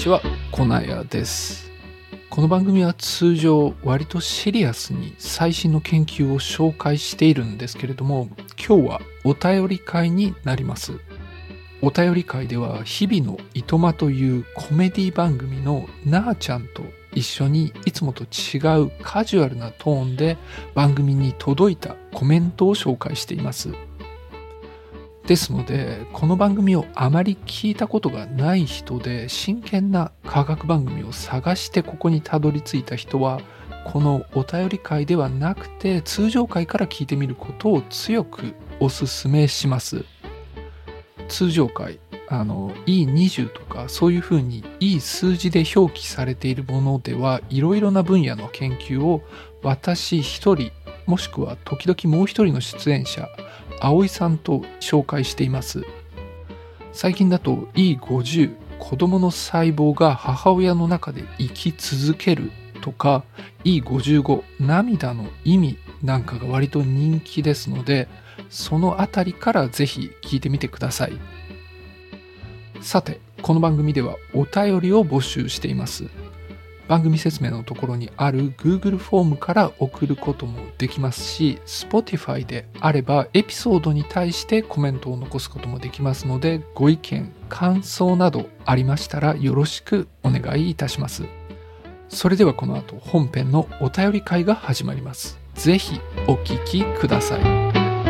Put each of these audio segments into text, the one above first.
ちは、コナヤです。この番組は通常割とシリアスに最新の研究を紹介しているんですけれども、今日はお便り会になります。お便り会では日々のいとまというコメディ番組のなあちゃんと一緒にいつもと違うカジュアルなトーンで番組に届いたコメントを紹介しています。ですので、この番組をあまり聞いたことがない人で真剣な科学番組を探してここにたどり着いた人は、このお便り会ではなくて通常会から聞いてみることを強くお勧めします。通常回E20 とかそういうふうにいい数字で表記されているものではいろいろな分野の研究を私一人もしくは時々もう一人の出演者葵さんと紹介しています。最近だと E50 子供の細胞が母親の中で生き続けるとか E55 涙の意味なんかが割と人気ですので、そのあたりからぜひ聞いてみてください。さて、この番組ではお便りを募集しています。番組説明のところにある Google フォームから送ることもできますし、Spotify であればエピソードに対してコメントを残すこともできますので、ご意見、感想などありましたらよろしくお願いいたします。それではこの後本編のお便り会が始まります。ぜひお聞きください。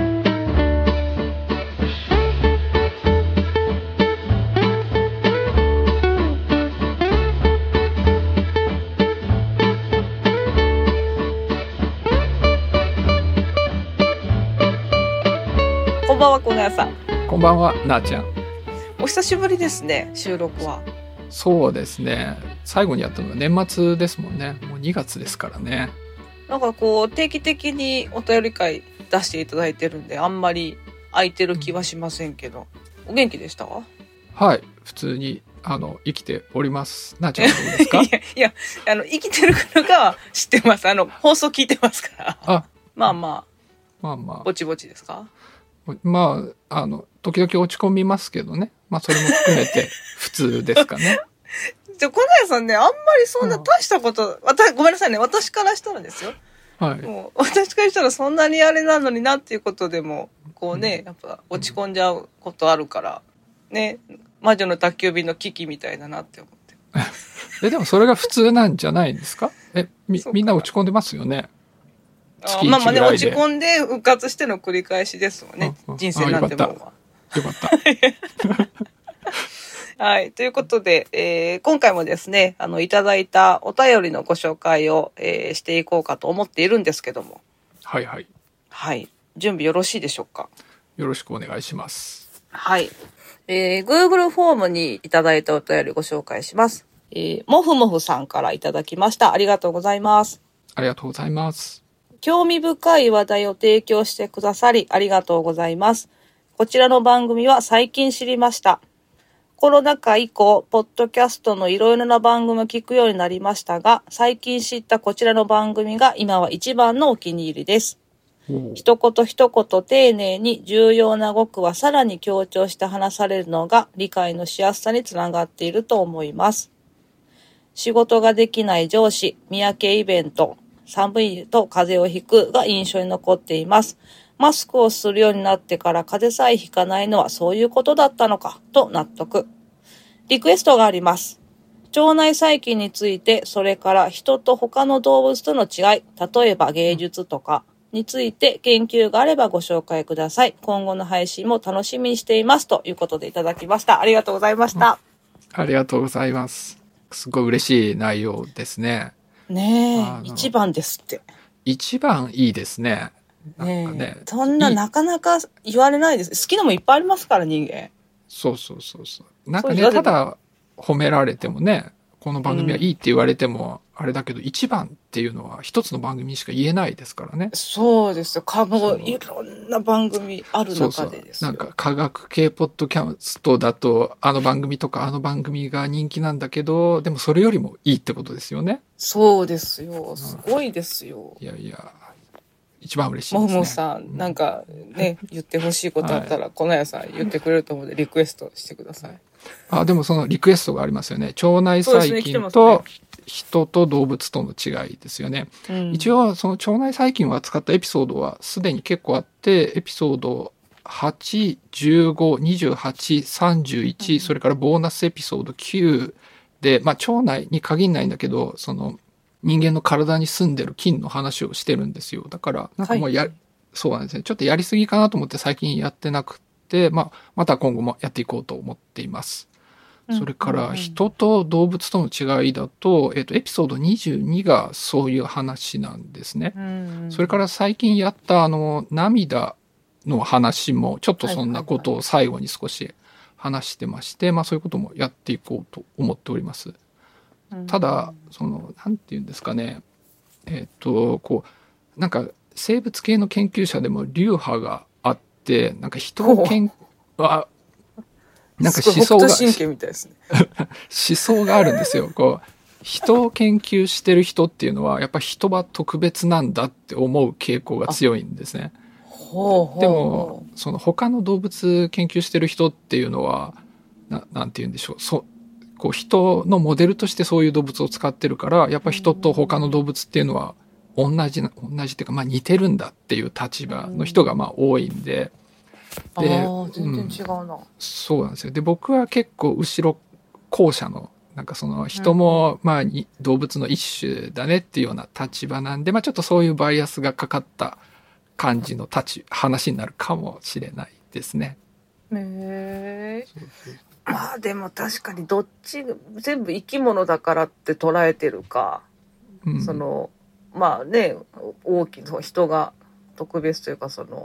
こんばんは、このやさん。 こんばんは、なあちゃん。 お久しぶりですね、収録は。 そうですね。最後にやったのが年末ですもんね。もう2月ですからね。 なんかこう、定期的にお便り会出していただいてるんで、あんまり空いてる気はしませんけど、お元気でしたわ？ はい、普通に生きております。なあちゃんはどうですか？ いや、生きてるかは知ってます。放送聞いてますから。 あ、 まあまあ、 ぼちぼちですか？ まあ、時々落ち込みますけどね。まあ、それも含めて普通ですかね。 小野屋さんね、あんまりそんな大したこと、ごめんなさいね、私からしたらですよ。 はい。 もう私からしたらそんなにあれなのになっていうことでも、こうね、やっぱ落ち込んじゃうことあるから、ね、魔女の宅急便の危機みたいだなって思って。 でもそれが普通なんじゃないんですか？みんな落ち込んでますよね。 まあまあね、落ち込んで復活しての繰り返しですもんね。人生なんてもんは。 よかった。 はい。ということで、今回もですね、いただいたお便りのご紹介を、していこうかと思っているんですけども。 はいはい。 はい。準備よろしいでしょうか？ よろしくお願いします。 はい。Google フォームにいただいたお便りご紹介します。もふもふさんからいただきました。ありがとうございます。 ありがとうございます。 興味深い話題を提供してくださりありがとうございます。こちらの番組は最近知りました。コロナ禍以降、ポッドキャストのいろいろな番組を聞くようになりましたが、最近知ったこちらの番組が今は一番のお気に入りです。一言一言丁寧に重要な語句はさらに強調して話されるのが理解のしやすさにつながっていると思います。仕事ができない上司、三宅イベント、寒いと風邪をひくが印象に残っています。マスクをするようになってから風邪さえひかないのはそういうことだったのかと納得。リクエストがあります。腸内細菌について、それから人と他の動物との違い、例えば芸術とかについて研究があればご紹介ください。今後の配信も楽しみにしていますということでいただきました。ありがとうございました。 ありがとうございます。すごい嬉しい内容ですね。 ねえ、一番ですって。 一番いいですね。 ねえ、そんななかなか言われないです。好きなもんいっぱいありますから人間。 そう。なんかね、ただ褒められてもね、この番組はいいって言われてもあれだけど、一番っていうのは一つの番組にしか言えないですからね。 そうですよ。もういろんな番組ある中でですよ。 なんか科学系ポッドキャストだとあの番組とかあの番組が人気なんだけど、でもそれよりもいいってことですよね。 そうですよ。すごいですよ。 いや一番嬉しいですね。 ももさん、なんかね、言ってほしいことあったら、このやさん言ってくれると思うのでリクエストしてください。 でもそのリクエストがありますよね。腸内細そうですね、来てます菌とね。 人と動物との違いですよね。 うん一応その腸内細菌を扱ったエピソードはすでに結構あって、エピソード8、15、28、31、それからボーナスエピソード9で、腸内に限らないんだけど、その人間の体に住んでる菌の話をしてるんですよ。だからなんかもうそうなんですね。ちょっとやりすぎかなと思って最近やってなくて、また今後もやっていこうと思っています。それから人と動物との違いだと、エピソード22がそういう話なんですね。それから最近やった涙の話もちょっとそんなことを最後に少し話してまして、そういうこともやっていこうと思っております。ただなんていうんですかね、なんか生物系の研究者でも流派があって、なんか人をなんか思想が神経みたいですね。 思想があるんですよ。人を研究してる人っていうのはやっぱ人は特別なんだって思う傾向が強いんですね。でもその他の動物研究してる人っていうのはなんて言うんでしょう、人のモデルとしてそういう動物を使ってるから、やっぱ人と他の動物っていうのは同じっていうか、似てるんだっていう立場の人が多いんで。 で全然違うな、 そうなんですよ。で僕は結構後ろ後者のなんかその人も動物の一種だねっていうような立場なんで、ちょっとそういうバイアスがかかった感じの話になるかもしれないですね。 へえ。でも確かにどっち全部生き物だからって捉えてるか、その大きな人が特別というか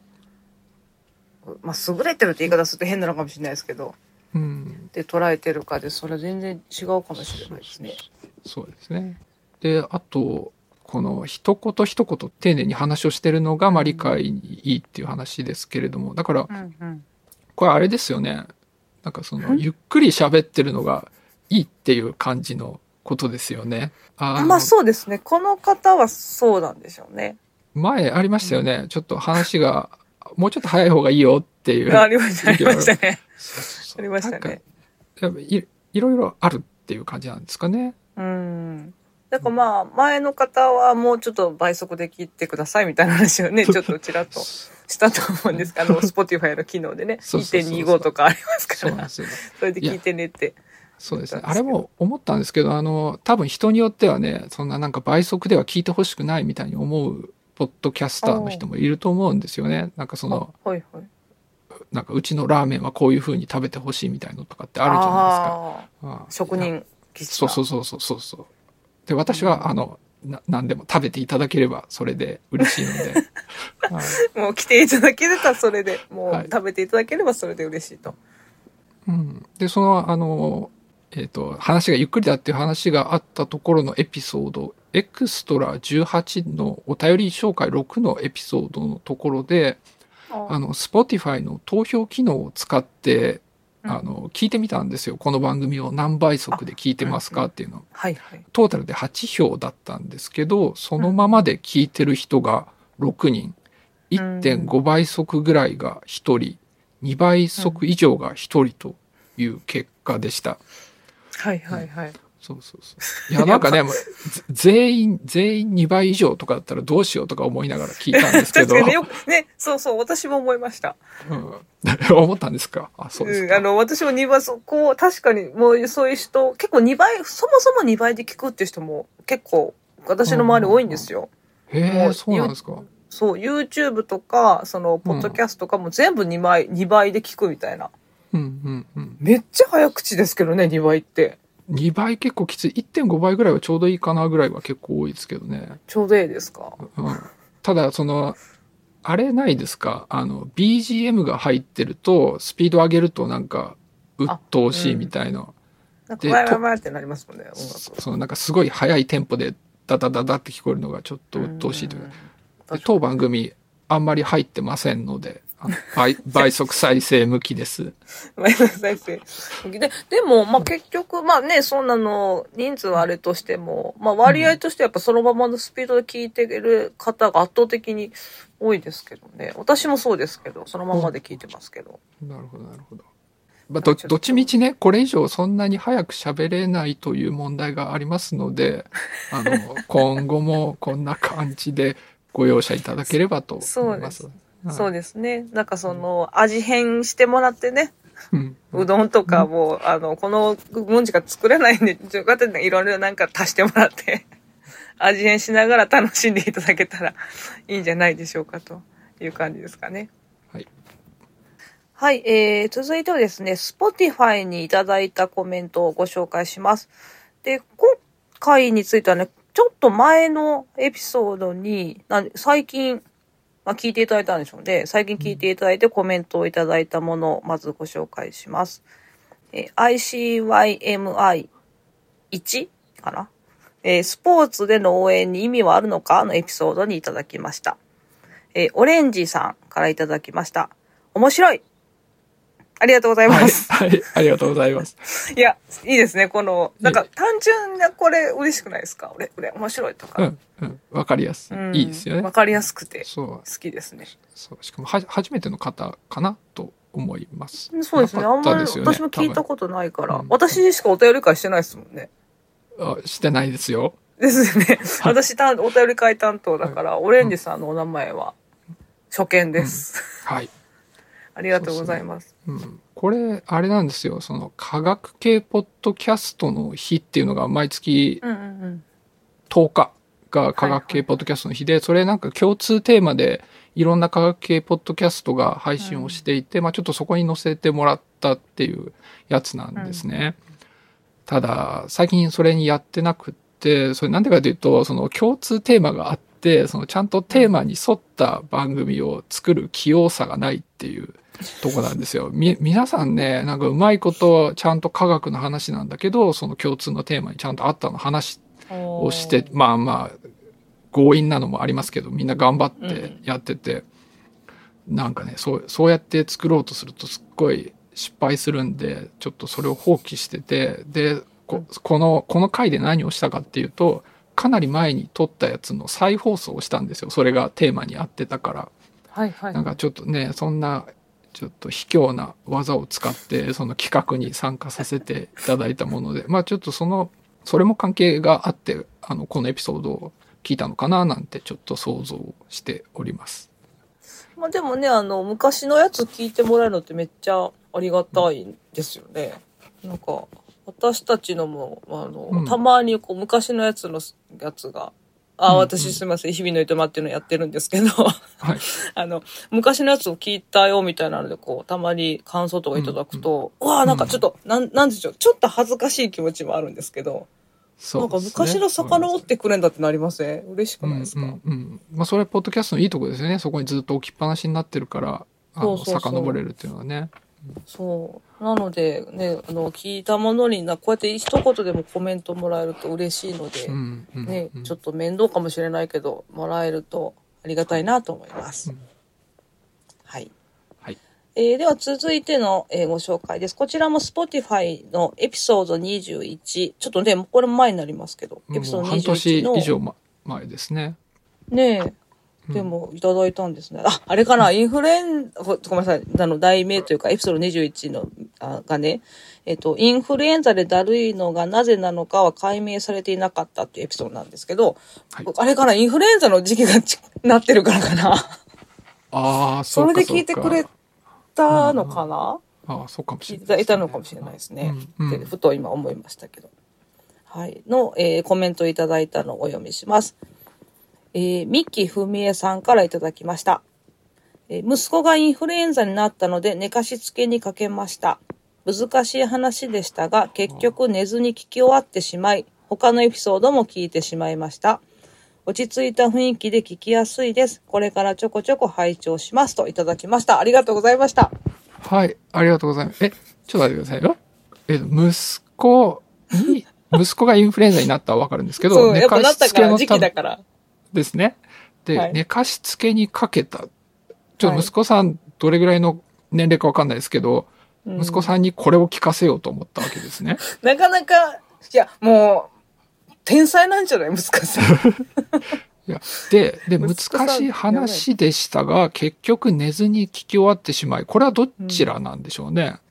優れてるって言い方すると変なのかもしれないですけど、で捉えてるかでそれは全然違うかもしれないですね。 そうですね。であとこの一言一言丁寧に話をしてるのが理解にいいっていう話ですけれども、だからこれあれですよね。なんかゆっくり喋ってるのがいいっていう感じのことですよね。 そうですね。この方はそうなんでしょうね。 前ありましたよね。ちょっと話がもうちょっと早い方がいいよっていう。 ありましたね。ありましたね。 いろいろあるっていう感じなんですかね。 だから前の方はもうちょっと倍速で聞いてくださいみたいな話をね、ちょっとちらっとしたと思うんですけど、Spotify の機能でね、1.25 とかありますから、それで聞いてねって。 そうですね。あれも思ったんですけど、多分人によってはね、そんななんか倍速では聞いてほしくないみたいに思うポッドキャスターの人もいると思うんですよね。なんかなんかうちのラーメンはこういう風に食べてほしいみたいのとかってあるじゃないですか。職人気質な。そう。で私は何でも食べていただければそれで嬉しいのでもう来ていただければそれでもう食べていただければそれで嬉しいと。 で話がゆっくりだっていう話があったところのエピソードエクストラ18のお便り紹介6のエピソードのところでSpotify の投票機能を使って聞いてみたんですよ。この番組を何倍速で聞いてますかっていうの。トータルで8票だったんですけど、そのままで聞いてる人が6人、1.5 倍速ぐらいが1人、2倍速以上が1人という結果でした。そう。いや、なんかね、全員2倍以上とかだったらどうしようとか思いながら聞いたんですけど。 確かにね、そう、私も思いました。 思ったんですか？そうですか。 私も2倍、確かにもうそういう人、結構2倍、そもそも2倍で聞くっていう人も結構、私の周り多いんですよ。 そうなんですか。 そう、YouTube とか、ポッドキャストとかも全部2倍で聞くみたいな。めっちゃ早口ですけどね、2倍って。 2倍結構きつい。1.5 倍ぐらいはちょうどいいかなぐらいは結構多いですけどね。 ちょうどいいですか。 ただあれないですかBGM が入ってるとスピード上げるとなんか鬱陶しいみたいな。 なんかワイワイってなりますもんね、音楽。 なんかすごい速いテンポでダダダダって聞こえるのがちょっと鬱陶しいというか。当番組あんまり入ってませんので。倍速再生向きです。 倍速再生向きで。でも、結局、そんなの、人数はあれとしても、割合としてやっぱそのままのスピードで聞いてる方が圧倒的に多いですけどね。私もそうですけど、そのままで聞いてますけど。 なるほど。 どっちみちね、これ以上そんなに早く喋れないという問題がありますので、今後もこんな感じでご容赦いただければと思います。 そうですね。なんか味変してもらってね、うどんとかも、このもんしか作れないんで、いろいろなんか足してもらって、味変しながら楽しんでいただけたらいいんじゃないでしょうかという感じですかね。 はい。 はい、続いてはですね、Spotify にいただいたコメントをご紹介します。で、今回についてはね、ちょっと前のエピソードに、最近、聞いていただいたんでしょうね。最近聞いていただいてコメントをいただいたものをまずご紹介します。ICYMI1 かな、スポーツでの応援に意味はあるのかのエピソードにいただきました。オレンジさんからいただきました。面白い。ありがとうございます。 はい、ありがとうございます。 いや、いいですね。なんか単純なこれ嬉しくないですか？面白いとか。 わかりやすい。いいですよね。 わかりやすくて好きですね。 そう。しかも初めての方かなと思います。 そうですね。あんまり私も聞いたことないから、私にしかお便り会してないですもんね。 してないですよ。 ですよね。私お便り会担当だから、オレンジさんのお名前は初見です。 はい。 ありがとうございます。 これあれなんですよ、その科学系ポッドキャストの日っていうのが毎月10日が科学系ポッドキャストの日で、それなんか共通テーマでいろんな科学系ポッドキャストが配信をしていて、ちょっとそこに載せてもらったっていうやつなんですね。ただ最近それにやってなくって、それなんでかというと、その共通テーマがあって、そのちゃんとテーマに沿った番組を作る器用さがないっていうとこなんですよ。皆さんね、なんかうまいことちゃんと科学の話なんだけど、その共通のテーマにちゃんとあったの話をして、強引なのもありますけど、みんな頑張ってやってて、なんかね、そうやって作ろうとするとすっごい失敗するんで、ちょっとそれを放棄してて、で、この回で何をしたかっていうと、かなり前に撮ったやつの再放送をしたんですよ。それがテーマに合ってたから。 はいはい。 なんかちょっとね、そんなちょっと卑怯な技を使ってその企画に参加させていただいたもので、ちょっとそれも関係があって、このエピソードを聞いたのかななんてちょっと想像しております。 でもね、昔のやつ聞いてもらえるのってめっちゃありがたいですよね。なんか、私たちのも、たまに昔のやつが、私すみません、日々の営みっていうのやってるんですけど、はい、昔のやつを聞いたよみたいなので、たまに感想とかいただくと、うわなんかちょっと、なんでしょう、ちょっと恥ずかしい気持ちもあるんですけど、なんか昔の遡ってくれんだってなりません？嬉しくないですか？ それはポッドキャストのいいところですよね。そこにずっと置きっぱなしになってるから、遡れるっていうのはね。 そう。なので、ね、聞いたものにこうやって一言でもコメントもらえると嬉しいので、ね、ちょっと面倒かもしれないけど、もらえるとありがたいなと思います。はい。 はい。 では続いての、ご紹介です。こちらも Spotify のエピソード21。ちょっとね、これも前になりますけど、エピソード21の。 半年以上前ですね。 ねえ。でも、いただいたんですね。あれかな、インフルエンザ、ごめんなさい、題名というか、エピソード21の、がね、インフルエンザでだるいのがなぜなのかは解明されていなかったっていうエピソードなんですけど、はい、あれかな、インフルエンザの時期がなってるからかな。それで聞いてくれたのかな？ そうかもしれない、 聞いていただいたのかもしれないですね。ふと今思いましたけど。はい。の、コメントいただいたのをお読みします。三木文江さんからいただきました。息子がインフルエンザになったので寝かしつけにかけました。難しい話でしたが、結局寝ずに聞き終わってしまい、他のエピソードも聞いてしまいました。落ち着いた雰囲気で聞きやすいです。これからちょこちょこ拝聴しますといただきました。ありがとうございました。 はい、ありがとうございます。ちょっと待ってくださいよ。息子がインフルエンザになったはわかるんですけど、 そう、やっぱなったから時期だから。 ですね。で、はい、寝かしつけにかけた。ちょっと息子さん、どれぐらいの年齢かわかんないですけど、息子さんにこれを聞かせようと思ったわけですね。 なかなか、いや、もう、天才なんじゃない息子さん。 いやで、難しい話でしたが、結局寝ずに聞き終わってしまい、これはどちらなんでしょうね。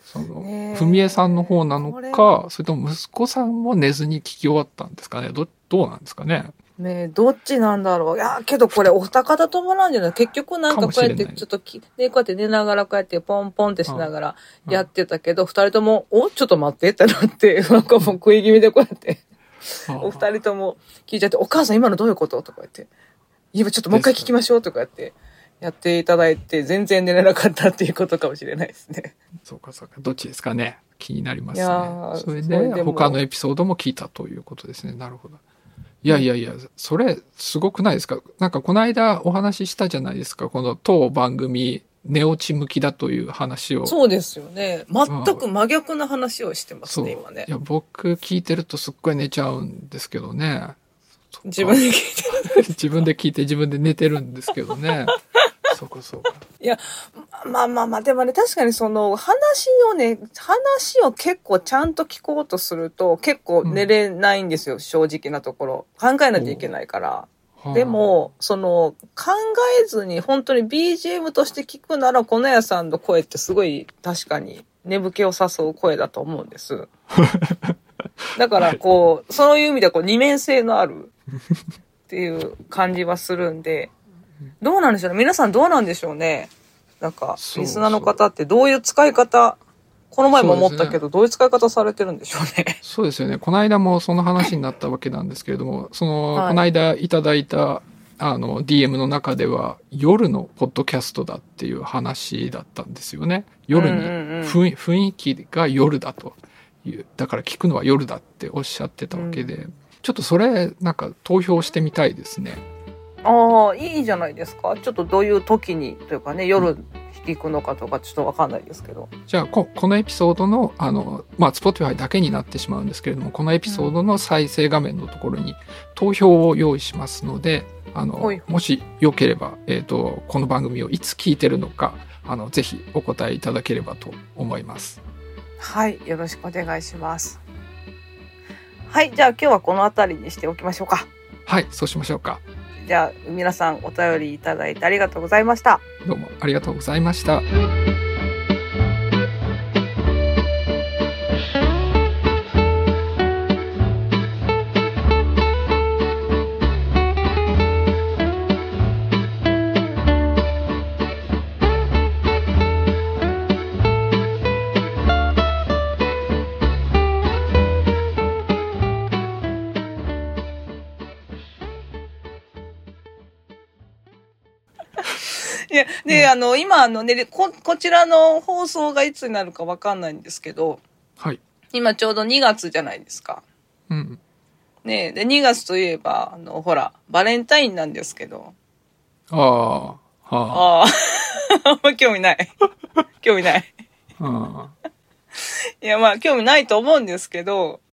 その、 ねえふみえさんの方なのこれか、それとも息子さんも寝ずに聞き終わったんですかね。どうなんですかね。 ねえ、どっちなんだろう。いや、けどこれお二方ともなんじゃない？結局なんかこうやってちょっとね、こうやって寝ながらこうやってポンポンってしながらやってたけど、二人とも、ちょっと待ってってなって、なんかもう食い気味でこうやって、お二人とも聞いちゃって、お母さん今のどういうこととか言って、今ちょっともう一回聞きましょうとかやって、やっていただいて、全然寝れなかったっていうことかもしれないですね。 そうか。どっちですかね。気になりますいやね。 ーそれそれでもで他のエピソードも聞いたということですね。なるほど。いや、それすごくないですか。なんかこの間お話ししたじゃないですか。この当番組寝落ち向きだという話を。 そうですよね。全く真逆な話をしてますね、今ねい。や、僕聞いてるとすっごい寝ちゃうんですけどね。 自分で聞いてる。 自分で聞いて自分で寝てるんですけどね。そうか。 いや、まあ、でもね、確かにその話を結構ちゃんと聞こうとすると結構寝れないんですよ、正直なところ。考えないといけないから。 はあでも、その、考えずに本当に BGM として聞くなら、このやさんの声ってすごい確かに眠気を誘う声だと思うんです。だからこう、そういう意味ではこう二面性のあるっていう感じはするんで、どうなんでしょうね。皆さんどうなんでしょうね。なんか、リスナーの方ってどういう使い方、この前も思ったけど、どういう使い方されてるんでしょうね。 そうですよね。この間もその話になったわけなんですけれども、 はいこの間いただいた、DM の中では、夜のポッドキャストだっていう話だったんですよね。夜に、雰囲気が夜だという、だから聞くのは夜だっておっしゃってたわけで、ちょっとそれ、なんか投票してみたいですね。 ああ、いいじゃないですか。ちょっとどういう時にというかね、夜聞くのかとかちょっとわかんないですけど。 じゃあこのエピソードのSpotify だけになってしまうんですけれども、このエピソードの再生画面のところに投票を用意しますので、もしよければ、この番組をいつ聞いてるのかぜひお答えいただければと思います。 はい、よろしくお願いします。はい、じゃあ今日はこの辺りにしておきましょうか。 はい、そうしましょうか。 じゃあ皆さんお便りいただいてありがとうございました。 どうもありがとうございました。 いや、で、今こちらの放送がいつになるかわかんないんですけど、 はい。 今ちょうど2月じゃないですか。 うん。 ねえ、で、2月といえば、ほら、バレンタインなんですけど。 ああ、はああ、あんま興味ない。興味ない。 あ。 いや、まあ、興味ないと思うんですけど、